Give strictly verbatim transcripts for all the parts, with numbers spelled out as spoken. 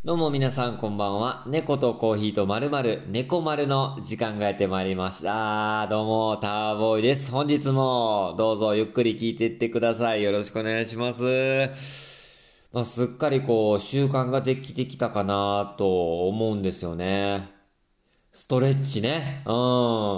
どうも皆さんこんばんは。猫とコーヒーとまるまる猫丸の時間がやってまいりました。どうもターボーイです。本日もどうぞゆっくり聞いていってください。よろしくお願いします。まあ、すっかりこう習慣ができてきたかなと思うんですよね。ストレッチね。うん。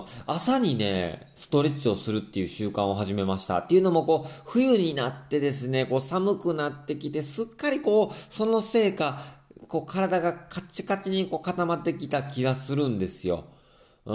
朝にね、ストレッチをするっていう習慣を始めました。っていうのもこう、冬になってですね、こう寒くなってきて、すっかりこう、そのせいか、こう体がカチカチにこう固まってきた気がするんですよ。うん。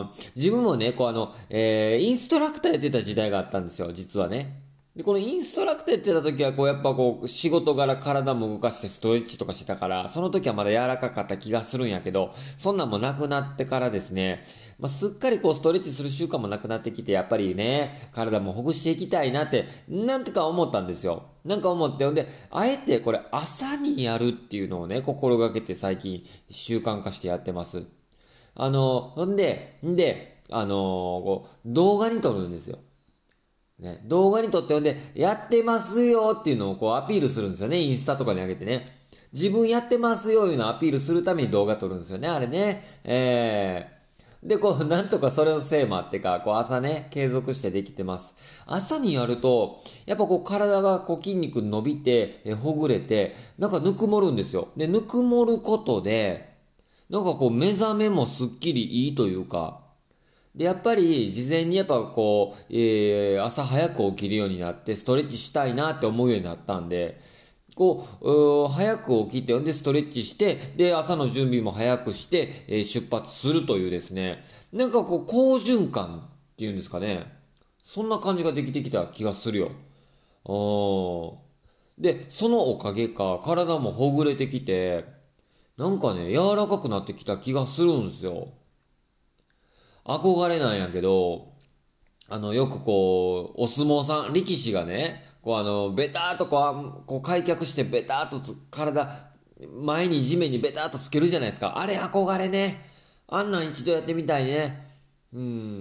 自分もね、こうあの、えー、インストラクターやってた時代があったんですよ、実はね。で、このインストラクターやってた時は、こう、やっぱこう、仕事柄体も動かしてストレッチとかしてたから、その時はまだ柔らかかった気がするんやけど、そんなんもなくなってからですね、まあ、すっかりこう、ストレッチする習慣もなくなってきて、やっぱりね、体もほぐしていきたいなって、なんとか思ったんですよ。なんか思って、ほんで、あえてこれ朝にやるっていうのをね、心がけて最近習慣化してやってます。あの、ほんで、んで、あのこう、動画に撮るんですよ。ね、動画に撮ってほんで、やってますよっていうのをこうアピールするんですよね。インスタとかに上げてね。自分やってますよいうのをアピールするために動画撮るんですよね、あれね。えー、で、こう、なんとかそれのせいもあってか、こう朝ね、継続してできてます。朝にやると、やっぱこう体がこう筋肉伸びて、えほぐれて、なんかぬくもるんですよ。で、ぬくもることで、なんかこう目覚めもすっきりいいというか、で、やっぱり事前にやっぱこう、えー、朝早く起きるようになってストレッチしたいなって思うようになったんで、こう、うー早く起きて、で、ストレッチして、で、朝の準備も早くして、えー出発するというですね、なんかこう、好循環っていうんですかね。そんな感じができてきた気がするよ。おーで、そのおかげか、体もほぐれてきて、なんかね、柔らかくなってきた気がするんですよ。憧れなんやけど、あの、よくこう、お相撲さん、力士がね、こうあの、ベターっとこう、こう開脚してベターっとつ体、前に地面にベターっとつけるじゃないですか。あれ憧れね。あんなん一度やってみたいね。うん、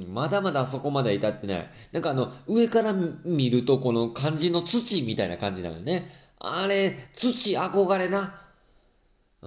まだまだあそこまで至ってない。なんかあの、上から見るとこの感じの土みたいな感じなのよね。あれ、土憧れな。うん。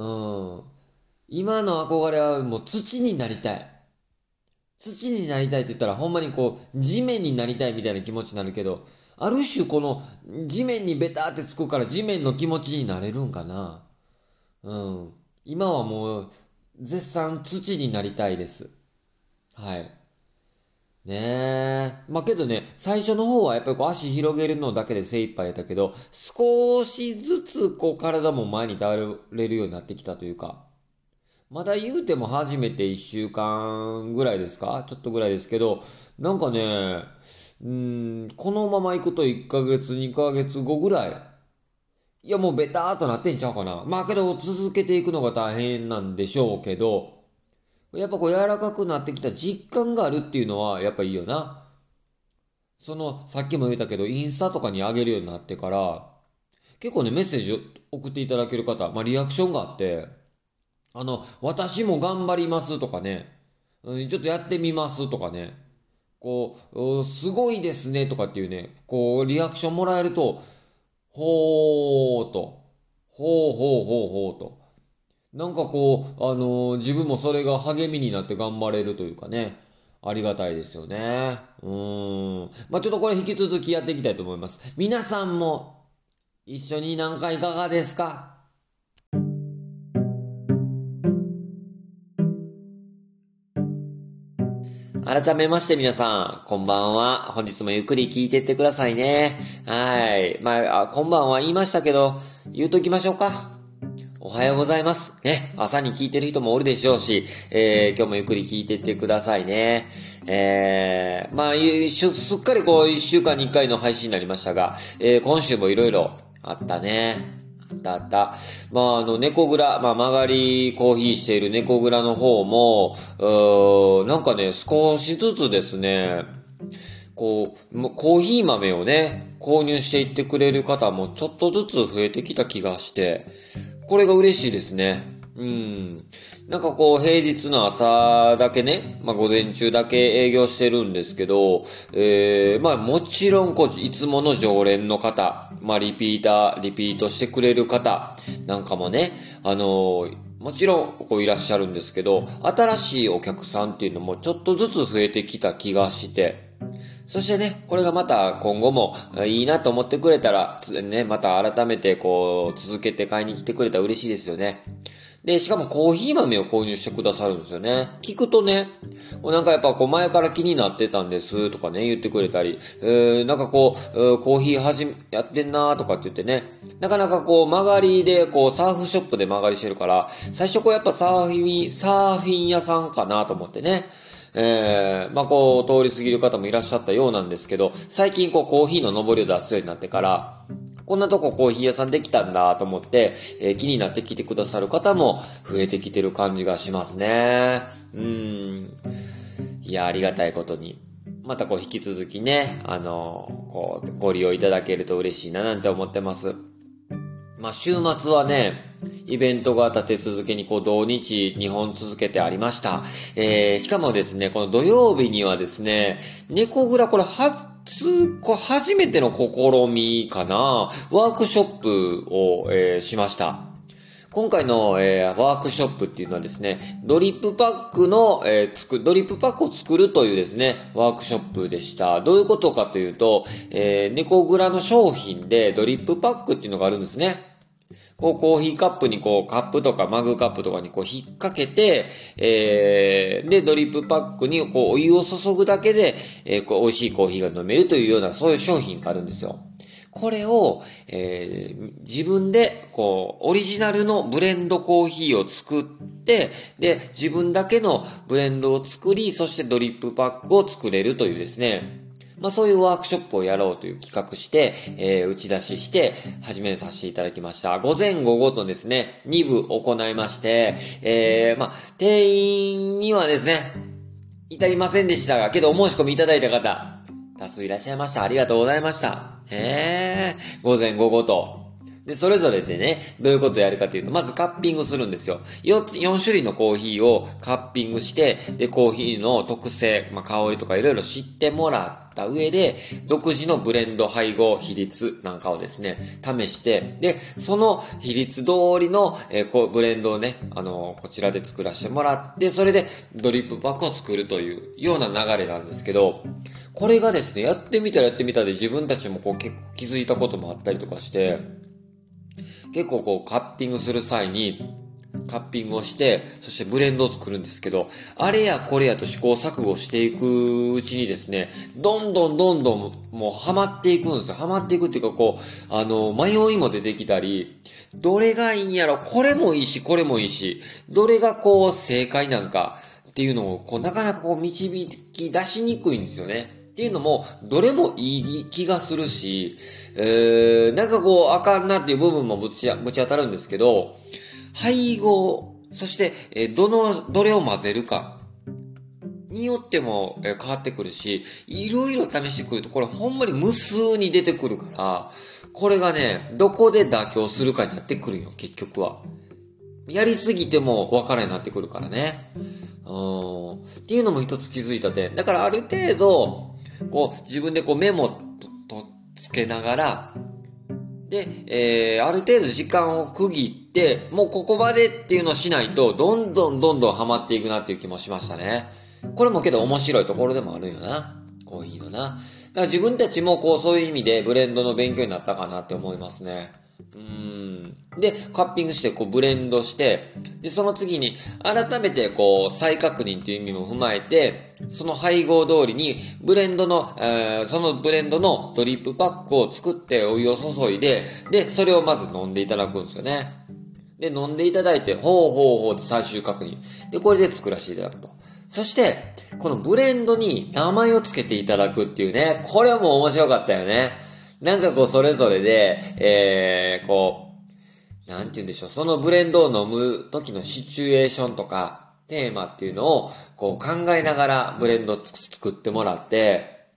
今の憧れはもう土になりたい。土になりたいって言ったらほんまにこう地面になりたいみたいな気持ちになるけど、ある種この地面にベターってつくから地面の気持ちになれるんかな。うん。今はもう絶賛土になりたいです。はい。ねえ。まあけどね、最初の方はやっぱりこう足広げるのだけで精一杯やったけど、少しずつこう体も前に倒れるようになってきたというか、まだ言うても初めていっしゅうかんぐらいですかちょっとぐらいですけど、なんかね、うーん、このまま行くといっかげつ、にかげつごぐらい。いやもうベターっとなってんちゃうかな。まあけど続けていくのが大変なんでしょうけど、やっぱこう柔らかくなってきた実感があるっていうのはやっぱいいよな。その、さっきも言ったけど、インスタとかに上げるようになってから、結構ね、メッセージ送っていただける方、まあリアクションがあって、あの、私も頑張りますとかね、うんちょっとやってみますとかね、こう、うすごいですねとかっていうね、こう、リアクションもらえると、ほーと、ほうほうほうほうと。なんかこう、あのー自分もそれが励みになって頑張れるというかね、ありがたいですよね。うーん。まあちょっとこれ引き続きやっていきたいと思います。皆さんも一緒になんかいかがですか？改めまして皆さん、こんばんは。本日もゆっくり聞いてってくださいね。はい。まあ、あこんばんは言いましたけど、言うときましょうか。おはようございます。ね。朝に聞いてる人もおるでしょうし、えー、今日もゆっくり聞いてってくださいね。えー、まあ、いしゅすっかりこう、一週間に一回の配信になりましたが、えー、今週もいろいろあったね。あったあった。まあ、あの、猫蔵、まあ、曲がりコーヒーしている猫蔵の方も、うーなんかね、少しずつですね、こう、もコーヒー豆をね、購入していってくれる方もちょっとずつ増えてきた気がして、これが嬉しいですね。 うん。なんかこう、平日の朝だけね、まあ午前中だけ営業してるんですけど、えー、まあもちろんこう、いつもの常連の方、まあリピーター、リピートしてくれる方なんかもね、あのーもちろんこういらっしゃるんですけど、新しいお客さんっていうのもちょっとずつ増えてきた気がして、そしてね、これがまた今後もいいなと思ってくれたら、ね、また改めてこう続けて買いに来てくれたら嬉しいですよね。で、しかもコーヒー豆を購入してくださるんですよね。聞くとね、なんかやっぱこう前から気になってたんですとかね、言ってくれたり、えー、なんかこう、コーヒーはじめ、やってんなーとかって言ってね、なかなかこう曲がりで、こうサーフショップで曲がりしてるから、最初こうやっぱサーフィン、サーフィン屋さんかなと思ってね、えー、まあこう通り過ぎる方もいらっしゃったようなんですけど、最近こうコーヒーの上りを出すようになってから、こんなとこコーヒー屋さんできたんだと思って、えー、気になって来てくださる方も増えてきてる感じがしますね。うん。いや、ありがたいことに。またこう引き続きね、あのー、こう、ご利用いただけると嬉しいななんて思ってます。まあ、週末はね、イベントが立て続けにこう土日にほん続けてありました。えー、しかもですね、この土曜日にはですね、猫蔵これ初、これ初めての試みかな、ワークショップを、えー、しました。今回の、えー、ワークショップっていうのはですね、ドリップパックの、えー、つく、ドリップパックを作るというですね、ワークショップでした。どういうことかというと、えー、猫蔵の商品でドリップパックっていうのがあるんですね。こう、コーヒーカップにこう、カップとかマグカップとかにこう、引っ掛けて、えー、で、ドリップパックにこう、お湯を注ぐだけで、えー、こう、美味しいコーヒーが飲めるというような、そういう商品があるんですよ。これを、えー、自分で、こう、オリジナルのブレンドコーヒーを作って、で、自分だけのブレンドを作り、そしてドリップパックを作れるというですね、まあそういうワークショップをやろうという企画して、えー、打ち出しして始めさせていただきました。午前午後とですね、に部行いまして、えー、まあ定員にはですね、至りませんでしたが、けどお申し込みいただいた方、多数いらっしゃいました。ありがとうございました。へー、午前午後と。で、それぞれでね、どういうことをやるかというと、まずカッピングするんですよ。よん種類のコーヒーをカッピングして、で、コーヒーの特性、まあ、香りとかいろいろ知ってもらった上で、独自のブレンド配合比率なんかをですね、試して、で、その比率通りの、えー、こうブレンドをね、あのー、こちらで作らせてもらって、それでドリップパックを作るというような流れなんですけど、これがですね、やってみたらやってみたで自分たちもこう結構気づいたこともあったりとかして、結構こうカッピングする際に、カッピングをして、そしてブレンドを作るんですけど、あれやこれやと試行錯誤していくうちにですね、どんどんどんどんもうハマっていくんですよ。ハマっていくっていうかこう、あの、迷いも出てきたり、どれがいいんやろ、これもいいし、これもいいし、どれがこう正解なんかっていうのをこうなかなかこう導き出しにくいんですよね。っていうのも、どれもいい気がするし、えー、なんかこう、あかんなっていう部分もぶち、ぶち当たるんですけど、配合、そして、えー、どの、どれを混ぜるかによっても、えー、変わってくるし、いろいろ試してくると、これほんまに無数に出てくるから、これがね、どこで妥協するかになってくるよ、結局は。やりすぎても分からんようになってくるからね。うん。っていうのも一つ気づいた点。だからある程度、こう、自分でこうメモと、とつけながら、で、えー、ある程度時間を区切って、もうここまでっていうのをしないと、どんどんどんどんハマっていくなっていう気もしましたね。これもけど面白いところでもあるよな。コーヒーのな。だから自分たちもこう、そういう意味でブレンドの勉強になったかなって思いますね。うーん。で、カッピングして、こう、ブレンドして、で、その次に、改めて、こう、再確認という意味も踏まえて、その配合通りに、ブレンドの、えー、そのブレンドのドリップパックを作ってお湯を注いで、で、それをまず飲んでいただくんですよね。で、飲んでいただいて、ほうほうほうって最終確認。で、これで作らせていただくと。そして、このブレンドに名前を付けていただくっていうね、これも面白かったよね。なんかこうそれぞれで、えー、こう、なんて言うんでしょう、そのブレンドを飲む時のシチュエーションとか、テーマっていうのをこう考えながらブレンドを作ってもらって、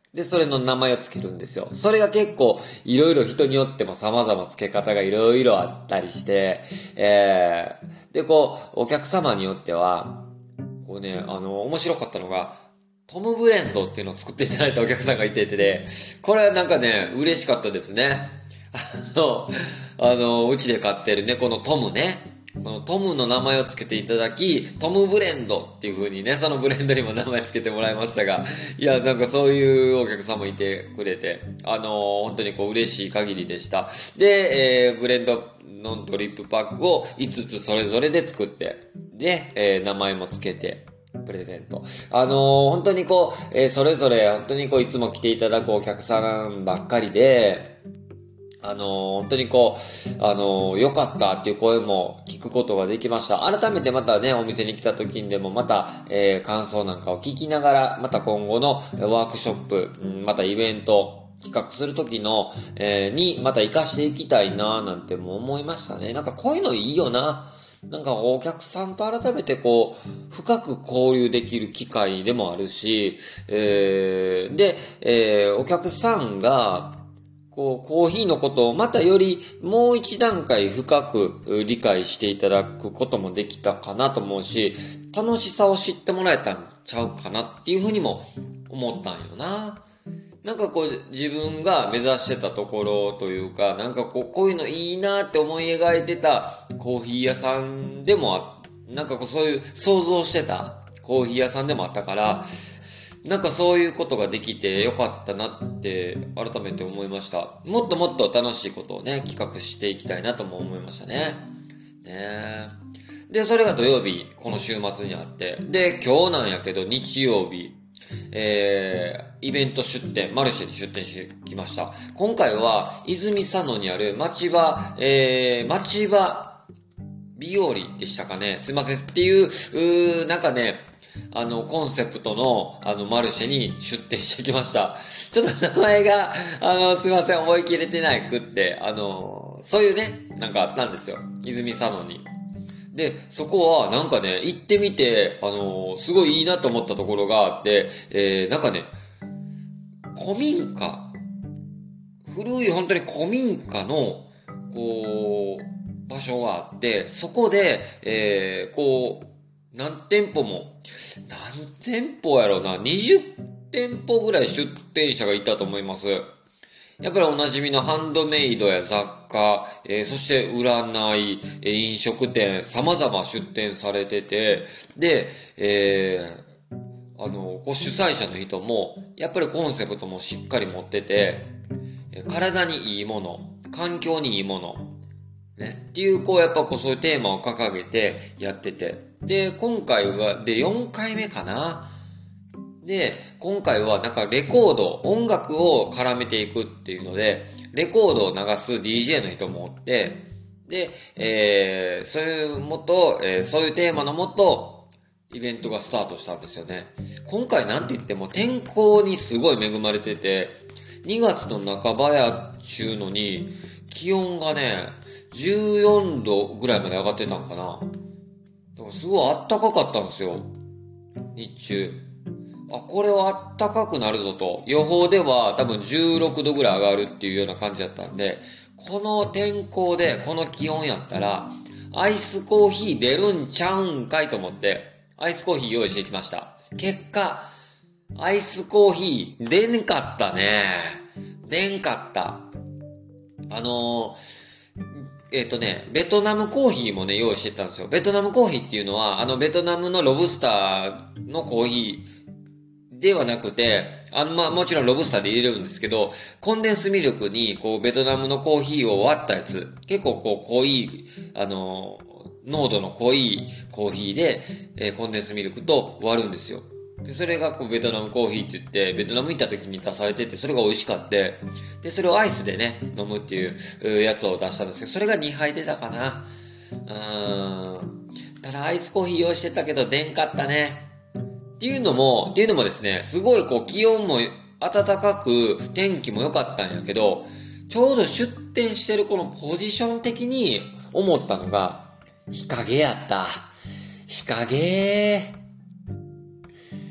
で、それの名前を付けるんですよ。それが結構、いろいろ人によっても様々付け方がいろいろあったりして、えー、で、こう、お客様によっては、こうね、あの、面白かったのが、トムブレンドっていうのを作っていただいたお客さんがいててで、これはなんかね、嬉しかったですね。あの、あの、うちで飼ってる猫のトムね。このトムの名前を付けていただき、トムブレンドっていう風にね、そのブレンドにも名前付けてもらいましたが、いや、なんかそういうお客さんもいてくれて、あの、本当にこう嬉しい限りでした。で、えー、ブレンドのドリップパックをいつつそれぞれで作って、で、えー、名前も付けて、プレゼント。あのー、本当にこう、えー、それぞれ本当にこういつも来ていただくお客さんばっかりで、あのー、本当にこう、あのー、良かったっていう声も聞くことができました。改めてまたね、お店に来た時にでもまた、えー、感想なんかを聞きながら、また今後のワークショップ、うん、またイベント、企画する時の、えー、にまた活かしていきたいななんても思いましたね。なんかこういうのいいよな。なんかお客さんと改めてこう、深く交流できる機会でもあるし、えー、で、えー、お客さんが、こう、コーヒーのことをまたよりもう一段階深く理解していただくこともできたかなと思うし、楽しさを知ってもらえたんちゃうかなっていうふうにも思ったんよな。なんかこう自分が目指してたところというか、なんかこう、こういうのいいなって思い描いてたコーヒー屋さんでもあ、なんかこうそういう想像してたコーヒー屋さんでもあったから、なんかそういうことができてよかったなって改めて思いました。もっともっと楽しいことをね、企画していきたいなとも思いましたね。ねで、それが土曜日、この週末にあって、で、今日なんやけど日曜日、えー、イベント出店、マルシェに出店してきました。今回は、泉佐野にある町場、えー、町場美容理でしたかね。すいません。っていう、うーなんかね、あの、コンセプトの、あの、マルシェに出店してきました。ちょっと名前が、あの、すいません、覚えきれてないくって、あの、そういうね、なんかあったんですよ。泉佐野に。で、そこはなんかね、行ってみて、あのー、すごいいいなと思ったところがあって、えー、なんかね、古民家、古い本当に古民家の、こう、場所があって、そこで、えー、こう、何店舗も、何店舗やろうな、にじゅってんぽぐらい出店者がいたと思います。やっぱりおなじみのハンドメイドや雑貨、えー、そして占い、えー、飲食店、様々出店されてて、で、えー、あの、こう主催者の人も、やっぱりコンセプトもしっかり持ってて、体にいいもの、環境にいいもの、ね、っていう、こう、やっぱこう、そういうテーマを掲げてやってて、で、今回は、で、よんかいめかな。で、今回はなんかレコード、音楽を絡めていくっていうので、レコードを流す ディージェー の人もおって、で、えー、そういうもと、えー、そういうテーマのもと、イベントがスタートしたんですよね。今回なんて言っても天候にすごい恵まれてて、にがつの半ばやっちゅうのに、気温がね、じゅうよんどぐらいまで上がってたんかな。だからすごい暖かかったんですよ。日中。あ、これは暖かくなるぞと。予報では多分じゅうろくどぐらい上がるっていうような感じだったんで、この天候でこの気温やったら、アイスコーヒー出るんちゃうんかいと思って、アイスコーヒー用意してきました。結果、アイスコーヒー出んかったね。出んかった。あのー、えっ、ー、とね、ベトナムコーヒーもね、用意してたんですよ。ベトナムコーヒーっていうのは、あの、ベトナムのロブスターのコーヒーではなくて、あの、まあ、もちろんロブスターで入れるんですけど、コンデンスミルクに、こう、ベトナムのコーヒーを割ったやつ、結構こう、濃い、あの、濃度の濃いコーヒーで、えー、コンデンスミルクと割るんですよ。で、それがこうベトナムコーヒーって言って、ベトナム行った時に出されてて、それが美味しかって、で、それをアイスでね、飲むっていうやつを出したんですけど、それがにはい出たかな。うーん。ただアイスコーヒー用意してたけど、出んかったね。っていうのも、っていうのもですね、すごいこう気温も暖かく、天気も良かったんやけど、ちょうど出店してるこのポジション的に思ったのが、日陰やった。日陰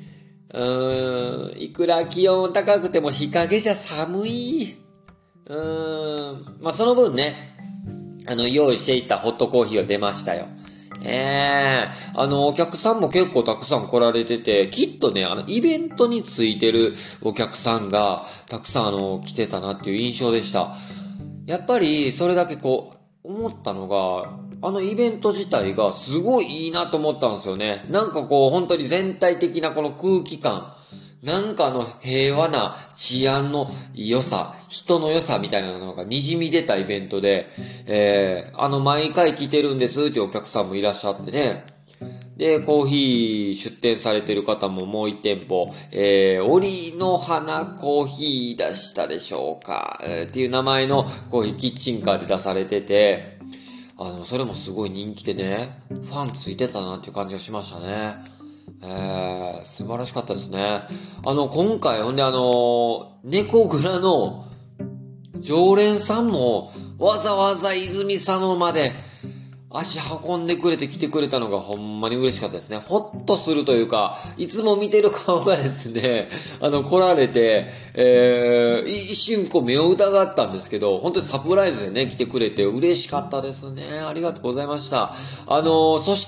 うーん、いくら気温高くても日陰じゃ寒い。うーん、まあ、その分ね、あの、用意していったホットコーヒーが出ましたよ。ええあの、お客さんも結構たくさん来られてて、きっとね、あの、イベントについてるお客さんが、たくさんあの、来てたなっていう印象でした。やっぱり、それだけこう、思ったのが、あのイベント自体がすごいいいなと思ったんですよね。なんかこう、本当に全体的なこの空気感、なんかあの平和な治安の良さ、人の良さみたいなのが滲み出たイベントで、えー、あの毎回来てるんですっていうお客さんもいらっしゃってね。で、コーヒー出店されてる方ももう一店舗、えー、折の花コーヒー出したでしょうか、えー、っていう名前のコーヒーキッチンカーで出されてて、あの、それもすごい人気でね、ファンついてたなっていう感じがしましたね。えー、素晴らしかったですね。あの、今回、ほんであの、猫蔵の常連さんもわざわざ泉佐野まで足運んでくれて来てくれたのがほんまに嬉しかったですね。ほっとするというか、いつも見てる顔がですね、あの、来られて、えー、一瞬こう目を疑ったんですけど、本当にサプライズでね、来てくれて嬉しかったですね。ありがとうございました。あの、そして、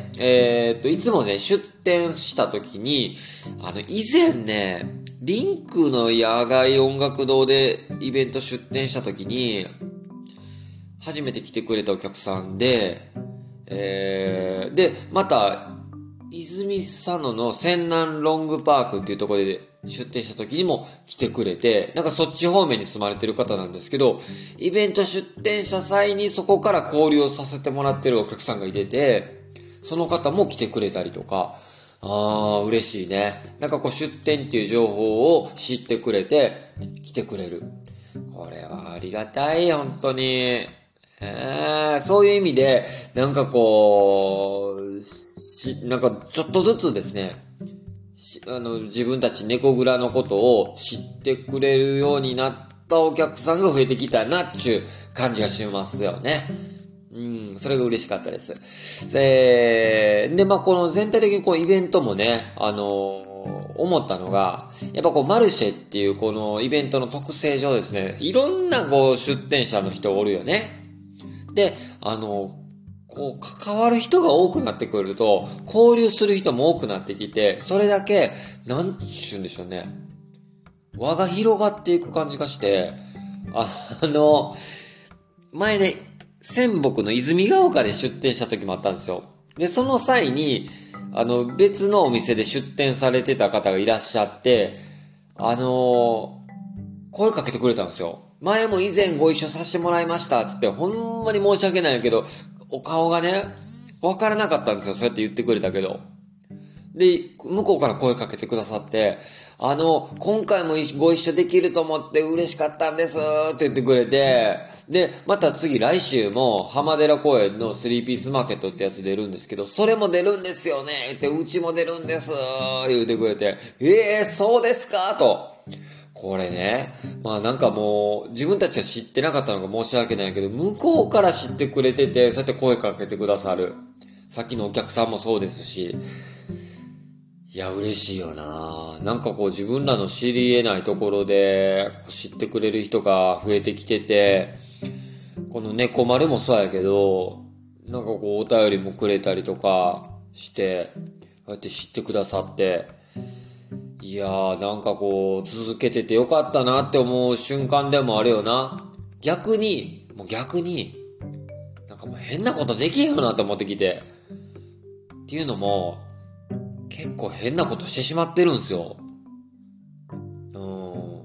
えー、っと、いつもね、出店した時に、あの、以前ね、リンクの野外音楽堂でイベント出店した時に、初めて来てくれたお客さんで、えー、で、また、泉佐野の仙南ロングパークっていうところで出店した時にも来てくれて、なんかそっち方面に住まれてる方なんですけど、イベント出店した際にそこから交流をさせてもらってるお客さんがいてて、その方も来てくれたりとか、あー、嬉しいね。なんかこう出店っていう情報を知ってくれて、来てくれる。これはありがたい、本当に。えー、そういう意味で、なんかこう、し、なんかちょっとずつですね、あの、自分たち猫蔵のことを知ってくれるようになったお客さんが増えてきたなっていう感じがしますよね。うん、それが嬉しかったです。えー、で、まあ、この全体的にこうイベントもね、あのー思ったのが、やっぱこうマルシェっていうこのイベントの特性上ですね、いろんなこう出店者の人おるよね。で、あの、こう、関わる人が多くなってくると、交流する人も多くなってきて、それだけ、なんちゅうんでしょうね。輪が広がっていく感じがして、あの、前ね、仙北の泉ヶ丘で出店した時もあったんですよ。で、その際に、あの、別のお店で出店されてた方がいらっしゃって、あの声かけてくれたんですよ。前も以前ご一緒させてもらいました、つって、ほんまに申し訳ないけど、お顔がね、わからなかったんですよ。そうやって言ってくれたけど。で、向こうから声かけてくださって、あの、今回もご一緒できると思って嬉しかったんですって言ってくれて、で、また次来週も浜寺公園のスリーピースマーケットってやつ出るんですけど、それも出るんですよねって、うちも出るんです言ってくれて、えー、そうですかと。これね、まあなんかもう自分たちが知ってなかったのが申し訳ないけど、向こうから知ってくれてて、そうやって声かけてくださる。さっきのお客さんもそうですし、いや、嬉しいよな。なんかこう自分らの知り得ないところで知ってくれる人が増えてきてて、この猫丸もそうやけど、なんかこうお便りもくれたりとかして、こうやって知ってくださって、いやーなんかこう続けててよかったなって思う瞬間でもあるよな。逆に、もう逆に、なんかもう変なことできへんよなと思ってきて。っていうのも、結構変なことしてしまってるんすよ。うん。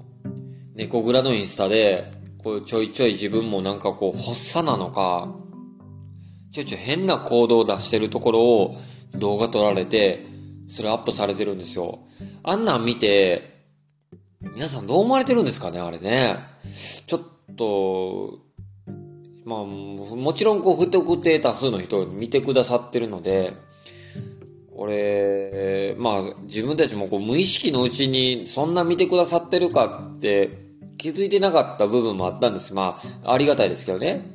猫蔵のインスタで、こうちょいちょい自分もなんかこう発作なのか、ちょいちょい変な行動を出してるところを動画撮られて、それアップされてるんですよ。あんなん見て、皆さんどう思われてるんですかね、あれね。ちょっと、まあ、もちろんこう不特定多数の人見てくださってるので、これ、まあ自分たちもこう無意識のうちにそんな見てくださってるかって気づいてなかった部分もあったんです。まあ、ありがたいですけどね。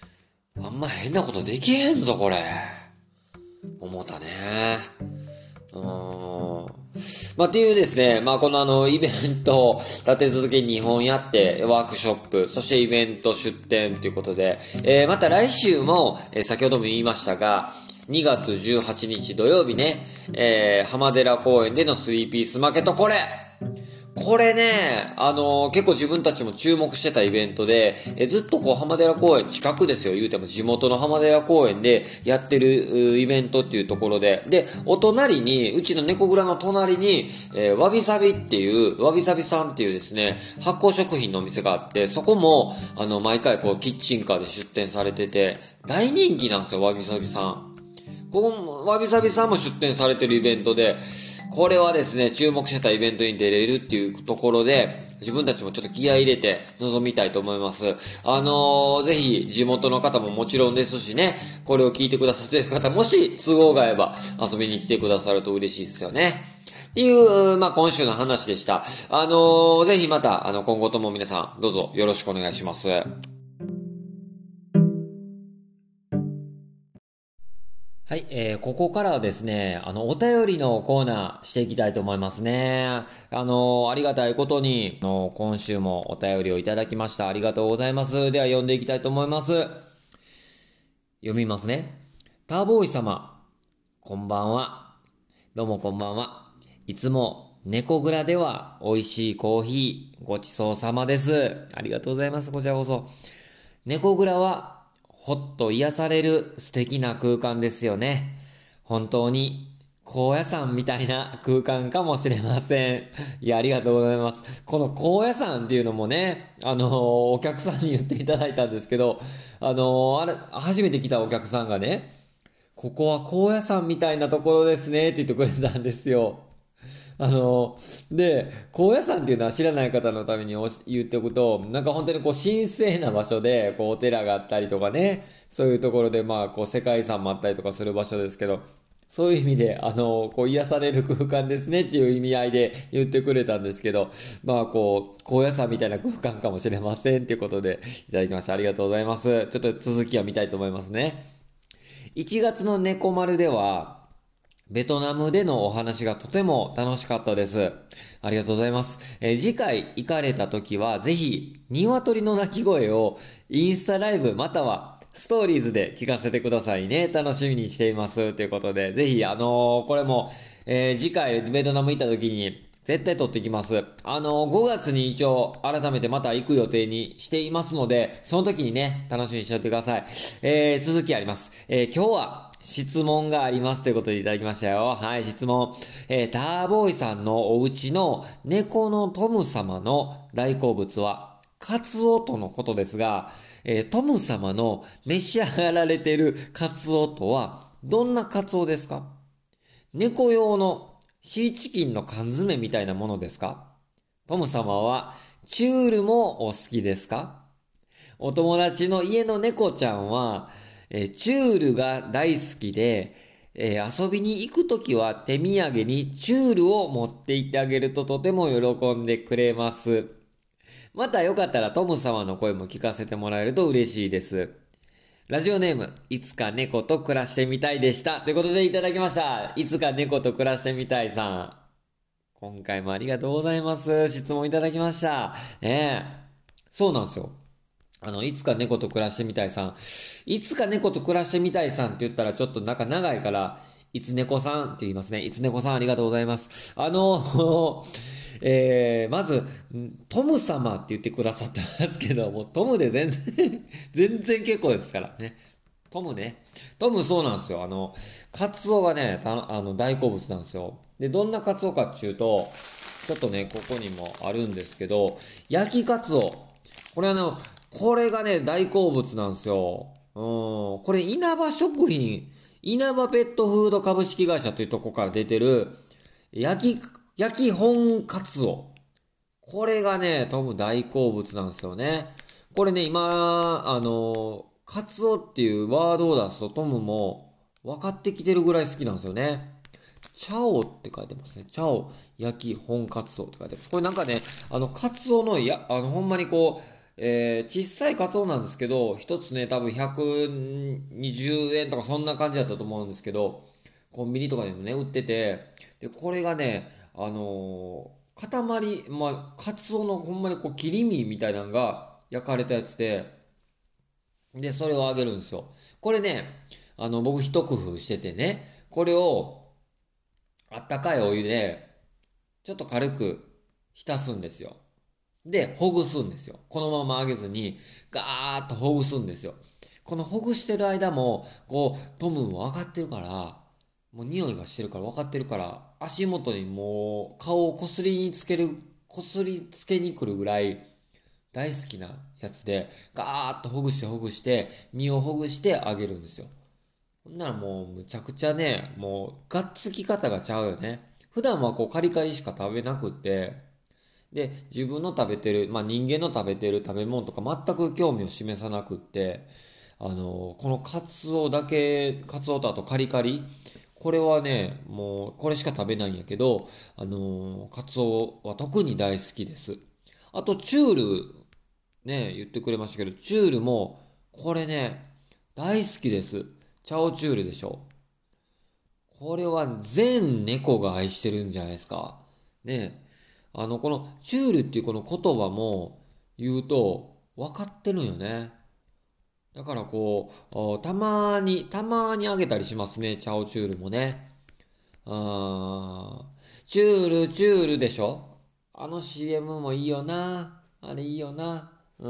あんま変なことできへんぞ、これ。思ったね。 うーん。まあ、っていうですね、まあ、このあの、イベントを立て続けににほんやって、ワークショップ、そしてイベント出展ということで、えー、また来週も、えー、先ほども言いましたが、にがつじゅうはちにち土曜日ね、えー、浜寺公園でのスリーピースマーケット、これこれね、あのー、結構自分たちも注目してたイベントで、えずっとこう浜寺公園近くですよ、言うても地元の浜寺公園でやってるイベントっていうところで、で、お隣に、うちの猫蔵の隣に、えー、わびさびっていう、わびさびさんっていうですね、発酵食品のお店があって、そこも、あの、毎回こうキッチンカーで出店されてて、大人気なんですよ、わびさびさん。ここ、わびさびさんも出店されてるイベントで、これはですね、注目してたイベントに出れるっていうところで、自分たちもちょっと気合い入れて臨みたいと思います。あのー、ぜひ地元の方ももちろんですしね、これを聞いてくださっている方、もし都合が合えば遊びに来てくださると嬉しいですよね。っていう、まあ、今週の話でした。あのー、ぜひまた、あの、今後とも皆さん、どうぞよろしくお願いします。はい、えー、ここからはですね、あの、お便りのコーナーしていきたいと思いますね。あの、ありがたいことに、あの、今週もお便りをいただきました。ありがとうございます。では読んでいきたいと思います。読みますね。ターボーイ様、こんばんは。どうもこんばんは。いつも猫蔵では美味しいコーヒーごちそうさまです。ありがとうございます。こちらこそ。猫蔵はほっと癒される素敵な空間ですよね。本当に高野山みたいな空間かもしれません。いや、ありがとうございます。この高野山っていうのもね、あのー、お客さんに言っていただいたんですけど、あのー、あれ、初めて来たお客さんがね、ここは高野山みたいなところですねって言ってくれたんですよ。あの、で、高野山っていうのは知らない方のためにおし言っておくと、なんか本当にこう神聖な場所で、こうお寺があったりとかね、そういうところでまあこう世界遺産もあったりとかする場所ですけど、そういう意味で、あの、こう癒される空間ですねっていう意味合いで言ってくれたんですけど、まあこう、高野山みたいな空間かもしれませんっていうことでいただきました。ありがとうございます。ちょっと続きは見たいと思いますね。いちがつの猫丸では、ベトナムでのお話がとても楽しかったです。ありがとうございます。えー次回行かれた時は、ぜひ、鶏の鳴き声をインスタライブまたはストーリーズで聞かせてくださいね。楽しみにしています。ということで、ぜひ、あのーこれも、えー次回ベトナム行った時に、絶対撮ってきます。あのーごがつに一応、改めてまた行く予定にしていますので、その時にね、楽しみにしておいてください。えー続きあります。えー今日は、質問がありますということでいただきましたよ。はい、質問。えー、ターボーイさんのお家の猫のトム様の大好物は、カツオとのことですが、えートム様の召し上がられているカツオとは、どんなカツオですか？猫用のシーチキンの缶詰みたいなものですか？トム様は、チュールもお好きですか？お友達の家の猫ちゃんは、えーチュールが大好きで、えー遊びに行くときは手土産にチュールを持って行ってあげるととても喜んでくれます。またよかったらトム様の声も聞かせてもらえると嬉しいです。ラジオネーム、いつか猫と暮らしてみたいでした。ということでいただきました。いつか猫と暮らしてみたいさん。今回もありがとうございます。質問いただきました。ねえ。そうなんですよ。あの、いつか猫と暮らしてみたいさん。いつか猫と暮らしてみたいさんって言ったらちょっとなんか長いから、いつ猫さんって言いますね。いつ猫さんありがとうございます。あの、えー、まず、トム様って言ってくださってますけど、もうトムで全然全然結構ですからね。トムね。トムそうなんですよ。あの、カツオがね、たあの、大好物なんですよ。で、どんなカツオかっていうと、ちょっとね、ここにもあるんですけど、焼きカツオ。これあの、これがね、大好物なんですよ。うん。これ稲葉食品、稲葉ペットフード株式会社というところから出てる、焼き、焼き本カツオ。これがね、トム大好物なんですよね。これね、今、あの、カツオっていうワードを出すとトムも分かってきてるぐらい好きなんですよね。チャオって書いてますね。チャオ、焼き本カツオって書いてます。これなんかね、あの、カツオの、や、あの、ほんまにこう、えー、小さいカツオなんですけど、一つね、多分ひゃくにじゅうえんとかそんな感じだったと思うんですけど、 コンビニとかでもね、売ってて、で、これがね、あのー塊、まあ、カツオのほんまにこう切り身みたいなのが焼かれたやつで、で、それをあげるんですよ。これね、あの、僕一工夫しててね、これをあったかいお湯で、ちょっと軽く浸すんですよ。で、ほぐすんですよ。このまま揚げずに、ガーッとほぐすんですよ。このほぐしてる間も、こう、トムも分かってるから、もう匂いがしてるから分かってるから、足元にもう顔をこすりにつける、こすりつけに来るぐらい大好きなやつで、ガーッとほぐしてほぐして、身をほぐしてあげるんですよ。ほんならもうむちゃくちゃね、もうがっつき方がちゃうよね。普段はこうカリカリしか食べなくって、で、自分の食べてる、まあ人間の食べてる食べ物とか全く興味を示さなくって、あの、このカツオだけ、カツオとあとカリカリ、これはね、もうこれしか食べないんやけど、あの、カツオは特に大好きです。あと、チュール、ね、言ってくれましたけど、チュールも、これね、大好きです。チャオチュールでしょ。これは全猫が愛してるんじゃないですか。ね。あの、このチュールっていうこの言葉も言うと分かってるんよね。だからこう、たまに、たまにあげたりしますね。チャオチュールもね。あー、チュール、チュールでしょ。あの シーエム もいいよな。あれいいよな。うん。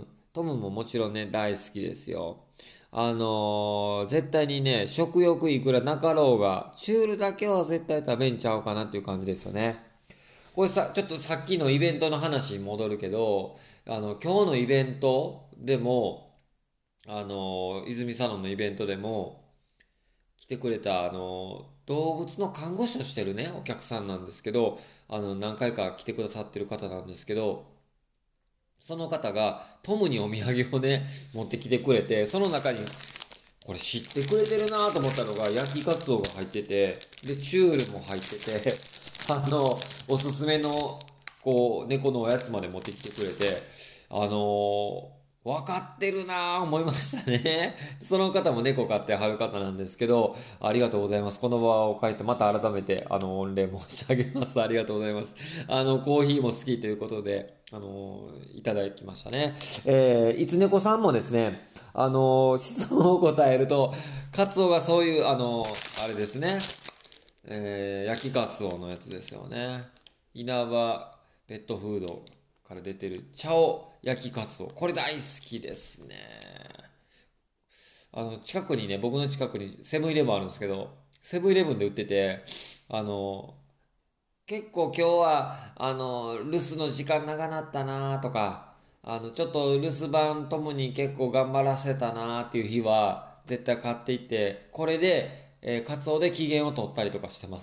トムももちろんね、大好きですよ。あのー絶対にね、食欲いくらなかろうが、チュールだけは絶対食べんちゃうかなっていう感じですよね。これさ、ちょっとさっきのイベントの話に戻るけど、あの、今日のイベントでも、あの、泉サロンのイベントでも、来てくれた、あの、動物の看護師をしてるね、お客さんなんですけど、あの、何回か来てくださってる方なんですけど、その方がトムにお土産をね、持ってきてくれて、その中に、これ知ってくれてるなと思ったのが、焼きカツオが入ってて、で、チュールも入ってて、あの、おすすめの、こう、猫のおやつまで持ってきてくれて、あの分かってるなぁ思いましたね。その方も猫飼ってはる方なんですけど、ありがとうございます。この場を借りてまた改めて、あの、御礼申し上げます。ありがとうございます。あの、コーヒーも好きということで、あの、いただきましたね。えー、いつ猫さんもですね、あの、質問を答えると、カツオがそういう、あの、あれですね、えー、焼きカツオのやつですよね。稲葉ペットフードから出てるチャオ焼きカツオ。これ大好きですね。あの、近くにね、僕の近くにセブンイレブンあるんですけど、セブンイレブンで売ってて、あの、結構今日は、あの、留守の時間長なったなとか、あの、ちょっと留守番ともに結構頑張らせたなっていう日は、絶対買っていって、これで、えー、カツオで機嫌を取ったりとかしてます。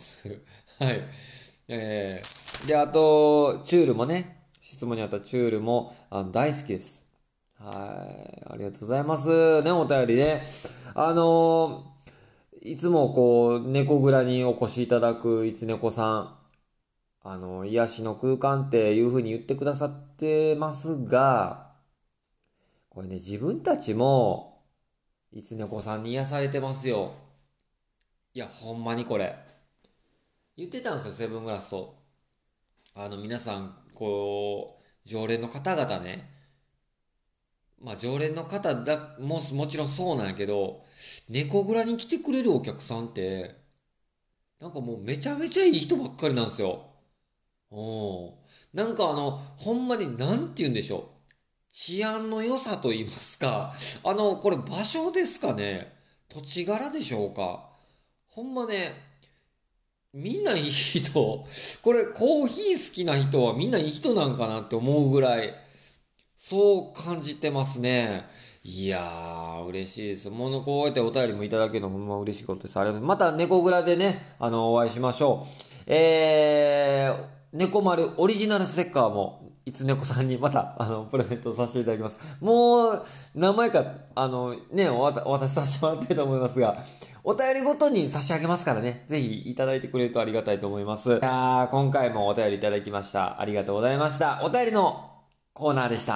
はい。えー、で、あと、チュールもね、質問にあったチュールも、あの、大好きです。はい。ありがとうございます。ね、お便りね。あのーいつもこう、猫蔵にお越しいただくいつ猫さん、あの、癒しの空間っていう風に言ってくださってますが、これね、自分たちも、いつ猫さんに癒されてますよ。いや、ほんまにこれ。言ってたんですよ、セブングラスと。あの、皆さん、こう、常連の方々ね。まあ、常連の方だ、も、もちろんそうなんやけど、猫蔵に来てくれるお客さんって、なんかもうめちゃめちゃいい人ばっかりなんですよ。おなんかあの、ほんまになんて言うんでしょう。治安の良さと言いますか。あの、これ場所ですかね。土地柄でしょうか。ほんまね、みんないい人。これコーヒー好きな人はみんないい人なんかなって思うぐらい、そう感じてますね。いやー、嬉しいです。もうこうやってお便りもいただけるのもほんま嬉しいことです。ありがとうございます。また猫蔵でね、あの、お会いしましょう。えー、猫丸オリジナルステッカーも、いつ猫さんにまた、あの、プレゼントさせていただきます。もう、何枚か、あの、ね、お渡お渡しさせてもらってると思いますが、お便りごとに差し上げますからね。ぜひいただいてくれるとありがたいと思います。いやー、今回もお便りいただきました。ありがとうございました。お便りのコーナーでした。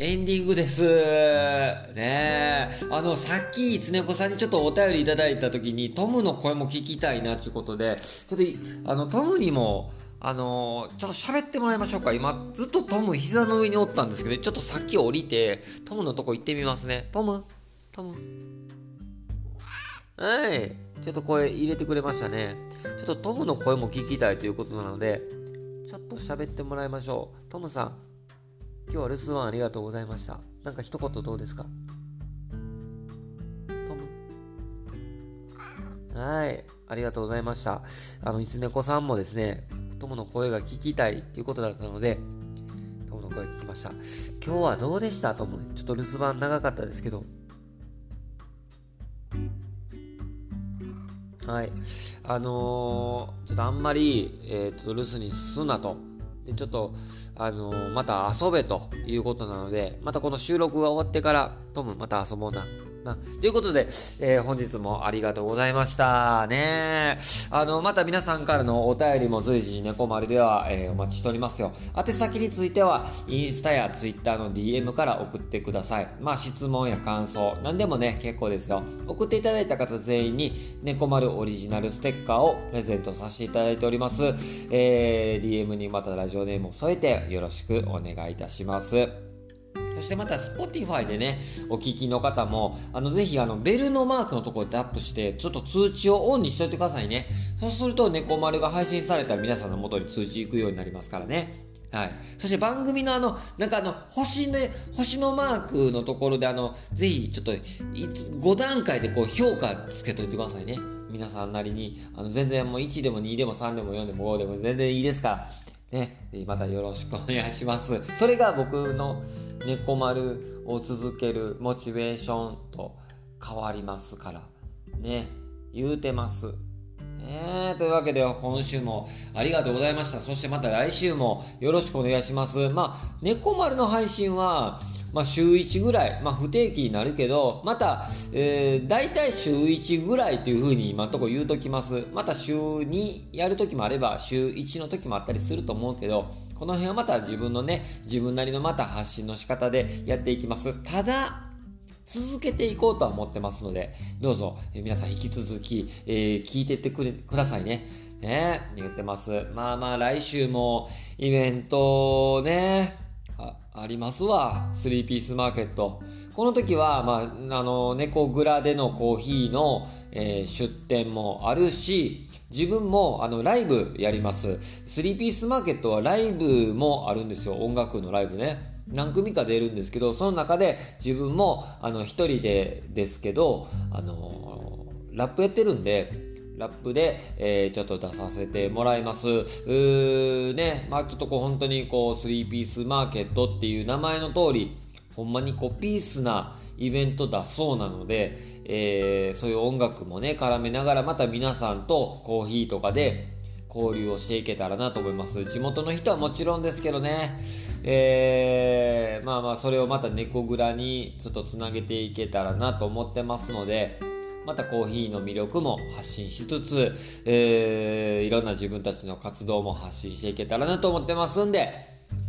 エンディングです。ねえ。あの、さっき、つねこさんにちょっとお便りいただいたときに、トムの声も聞きたいな、ということで、ちょっと、あの、トムにも、あのー、ちょっと喋ってもらいましょうか。今、ずっとトム膝の上におったんですけど、ちょっとさっき降りて、トムのとこ行ってみますね。トムトムはい。ちょっと声入れてくれましたね。ちょっとトムの声も聞きたいということなので、ちょっと喋ってもらいましょう。トムさん、今日は留守番ありがとうございました。なんか一言どうですか？トム。はい。ありがとうございました。あの、いつねこさんもですね、トムの声が聞きたいということだったので、トムの声聞きました。今日はどうでしたトム？ちょっと留守番長かったですけど。はい。あのー、ちょっとあんまり、えっと、留守にすんなと。で、ちょっと、あのー、また遊べということなので、またこの収録が終わってから、トムまた遊ぼうな。なということで、えー、本日もありがとうございましたね。あの、また皆さんからのお便りも随時猫丸では、えー、お待ちしておりますよ。宛先については、インスタやツイッターの ディーエム から送ってください。まあ、質問や感想、何でもね、結構ですよ。送っていただいた方全員に、猫丸オリジナルステッカーをプレゼントさせていただいております。えー、ディーエム にまたラジオネームを添えてよろしくお願いいたします。そしてまた Spotify でね、お聞きの方も、あの、ぜひあの、ベルのマークのところでタップして、ちょっと通知をオンにしておいてくださいね。そうすると、猫丸が配信されたら皆さんの元に通知行くようになりますからね。はい。そして番組のあの、なんかあの、星で、星のマークのところであの、ぜひちょっと、いつ、ご段階でこう、評価つけといてくださいね。皆さんなりに、あの、全然もういちでもにでもさんでもよんでもごでも全然いいですから、ね、またよろしくお願いします。それが僕の、猫丸を続けるモチベーションと変わりますからね、言うてますね。というわけで今週もありがとうございました。そしてまた来週もよろしくお願いします。まあ猫丸の配信はまあ週いちぐらい、まあ不定期になるけど、また、えー、大体週いちぐらいというふうに今のところ言うときます。また週にやるときもあれば週いちのときもあったりすると思うけど、この辺はまた自分のね、自分なりのまた発信の仕方でやっていきます。ただ、続けていこうとは思ってますので、どうぞ、えー、皆さん引き続き、えー、聞いていってくれ、くださいね。ね、言ってます。まあまあ来週もイベントね、あ、ありますわ。スリーピースマーケット。この時は、まあ、あの、猫蔵でのコーヒーの、えー、出店もあるし、自分もあのライブやります。スリーピースマーケットはライブもあるんですよ。音楽のライブね。何組か出るんですけど、その中で自分もあの一人でですけど、あのー、ラップやってるんで、ラップで、えー、ちょっと出させてもらいます。うーね、まあちょっとこう本当にこうスリーピースマーケットっていう名前の通り、ほんまにこうピースなイベントだそうなので、えー、そういう音楽もね絡めながらまた皆さんとコーヒーとかで交流をしていけたらなと思います。地元の人はもちろんですけどね、えー、まあまあそれをまた猫蔵にちょっとつなげていけたらなと思ってますので、またコーヒーの魅力も発信しつつ、えー、いろんな自分たちの活動も発信していけたらなと思ってますんで、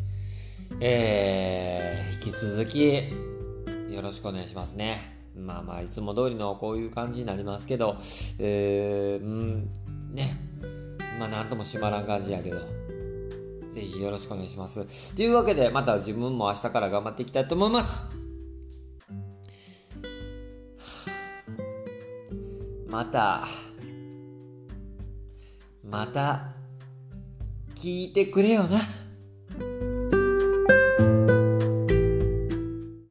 えー、引き続きよろしくお願いしますね。まあまあいつも通りのこういう感じになりますけど、えー、うんね、まあなんとも閉まらん感じやけど、ぜひよろしくお願いします。というわけでまた自分も明日から頑張っていきたいと思います。またまた聞いてくれよな。